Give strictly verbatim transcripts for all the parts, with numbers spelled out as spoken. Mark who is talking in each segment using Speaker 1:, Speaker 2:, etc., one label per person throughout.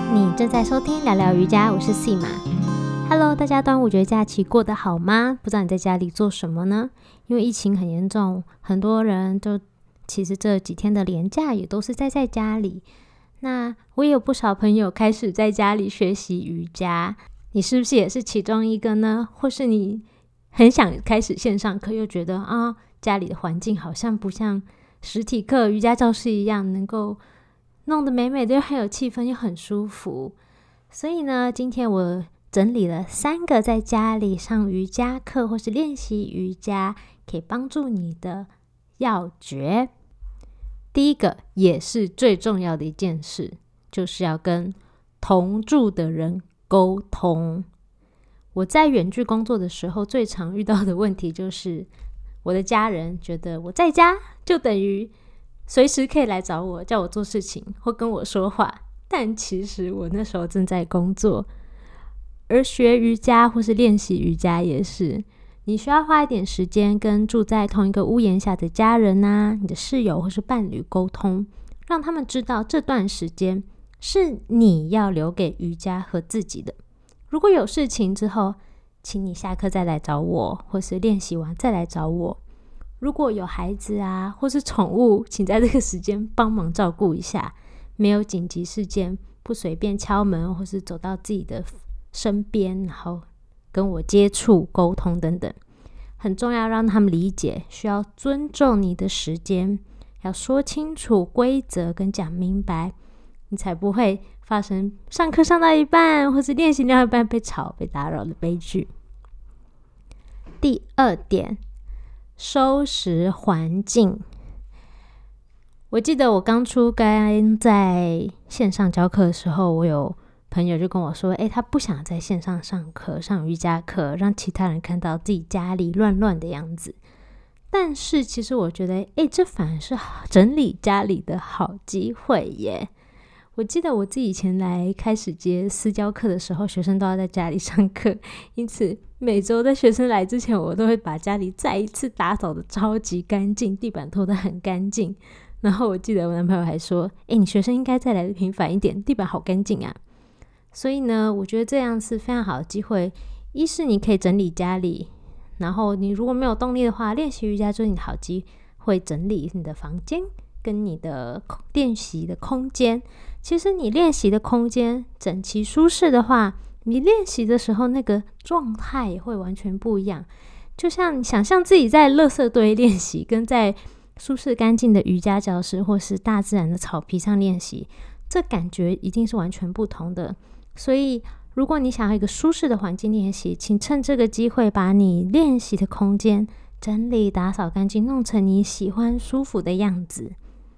Speaker 1: 你正在收听聊聊瑜伽，我是 Sima。Hello， 大家端午节假期过得好吗？不知道你在家里做什么呢？因为疫情很严重，很多人就其实这几天的连假也都是待在家里。那我也有不少朋友开始在家里学习瑜伽，你是不是也是其中一个呢？或是你很想开始线上课，又觉得啊，家里的环境好像不像实体课瑜伽教室一样能够弄得美美的，又很有气氛，又很舒服。所以呢，今天我整理了三个在家里上瑜伽课或是练习瑜伽可以帮助你的要诀。第一个也是最重要的一件事，就是要跟同住的人沟通。我在远距工作的时候，最常遇到的问题就是我的家人觉得我在家就等于随时可以来找我，叫我做事情或跟我说话，但其实我那时候正在工作。而学瑜伽或是练习瑜伽也是，你需要花一点时间跟住在同一个屋檐下的家人啊，你的室友或是伴侣沟通，让他们知道这段时间是你要留给瑜伽和自己的。如果有事情之后，请你下课再来找我，或是练习完再来找我。如果有孩子啊，或是宠物，请在这个时间帮忙照顾一下。没有紧急事件，不随便敲门，或是走到自己的身边，然后跟我接触、沟通等等。很重要，让他们理解，需要尊重你的时间，要说清楚规则跟讲明白，你才不会发生上课上到一半，或是练习到一半被吵、被打扰的悲剧。第二点，收拾环境。我记得我刚出刚在线上教课的时候，我有朋友就跟我说，诶，他不想在线上上课，上瑜伽课，让其他人看到自己家里乱乱的样子。但是其实我觉得，诶，这反而是整理家里的好机会耶。我记得我自己以前来开始接私教课的时候，学生都要在家里上课，因此每周在学生来之前，我都会把家里再一次打扫的超级干净，地板拖得很干净。然后我记得我男朋友还说，诶，你学生应该再来的频繁一点，地板好干净啊。所以呢，我觉得这样是非常好的机会。一是你可以整理家里，然后你如果没有动力的话，练习瑜伽就是你的好机会，整理你的房间跟你的练习的空间。其实你练习的空间整齐舒适的话，你练习的时候那个状态也会完全不一样。就像想象自己在垃圾堆练习，跟在舒适干净的瑜伽教室或是大自然的草皮上练习，这感觉一定是完全不同的。所以如果你想要一个舒适的环境练习，请趁这个机会把你练习的空间整理打扫干净，弄成你喜欢舒服的样子。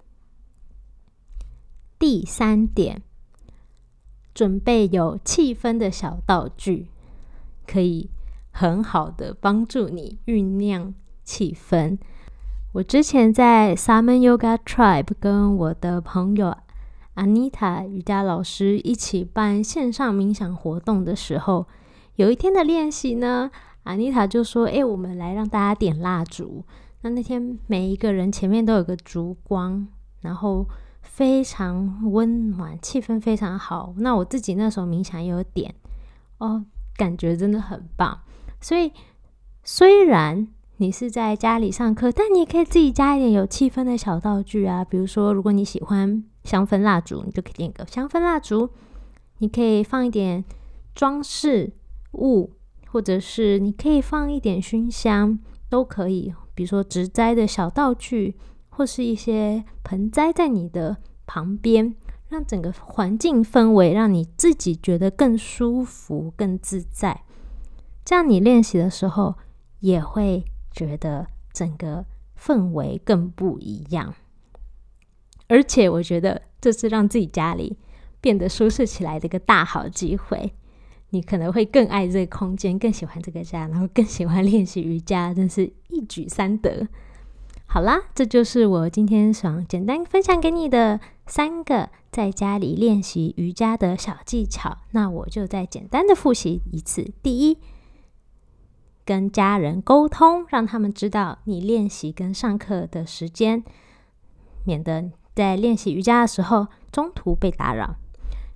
Speaker 1: 第三点，准备有气氛的小道具，可以很好的帮助你酝酿气氛。我之前在 Summer Yoga Tribe 跟我的朋友 Anita 瑜伽老师一起办线上冥想活动的时候，有一天的练习呢， Anita 就说，诶，我们来让大家点蜡烛。那那天每一个人前面都有个烛光，然后非常温暖，气氛非常好。那我自己那时候冥想也有点哦，感觉真的很棒。所以虽然你是在家里上课，但你也可以自己加一点有气氛的小道具啊。比如说如果你喜欢香氛蜡烛，你就可以点一个香氛蜡烛，你可以放一点装饰物，或者是你可以放一点熏香都可以。比如说植栽的小道具，或是一些盆栽在你的旁边，让整个环境氛围让你自己觉得更舒服更自在。这样你练习的时候也会觉得整个氛围更不一样。而且我觉得这是让自己家里变得舒适起来的一个大好机会。你可能会更爱这个空间，更喜欢这个家，然后更喜欢练习瑜伽，真是一举三得。好啦，这就是我今天想简单分享给你的三个在家里练习瑜伽的小技巧。那我就再简单的复习一次。第一，跟家人沟通，让他们知道你练习跟上课的时间，免得在练习瑜伽的时候中途被打扰。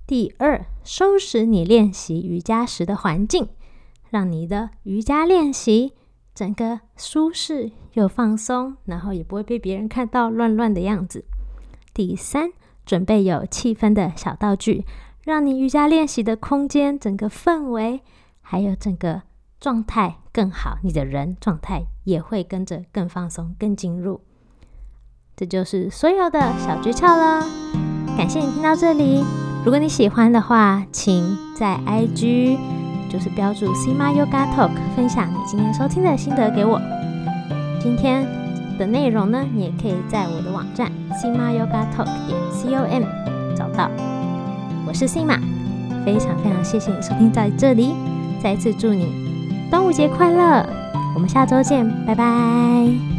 Speaker 1: 第二，收拾你练习瑜伽时的环境，让你的瑜伽练习整个舒适又放松，然后也不会被别人看到乱乱的样子。第三，准备有气氛的小道具，让你瑜伽练习的空间整个氛围还有整个状态更好，你的人状态也会跟着更放松更进入。这就是所有的小诀窍了，感谢你听到这里。如果你喜欢的话，请在 I G 就是标注 Sima Yoga Talk 分享你今天收听的心得给我。今天的内容呢，你也可以在我的网站 Sima Yoga Talk 点 com 找到。我是 Sima， 非常非常谢谢你收听到这里，再一次祝你端午节快乐，我们下周见，拜拜。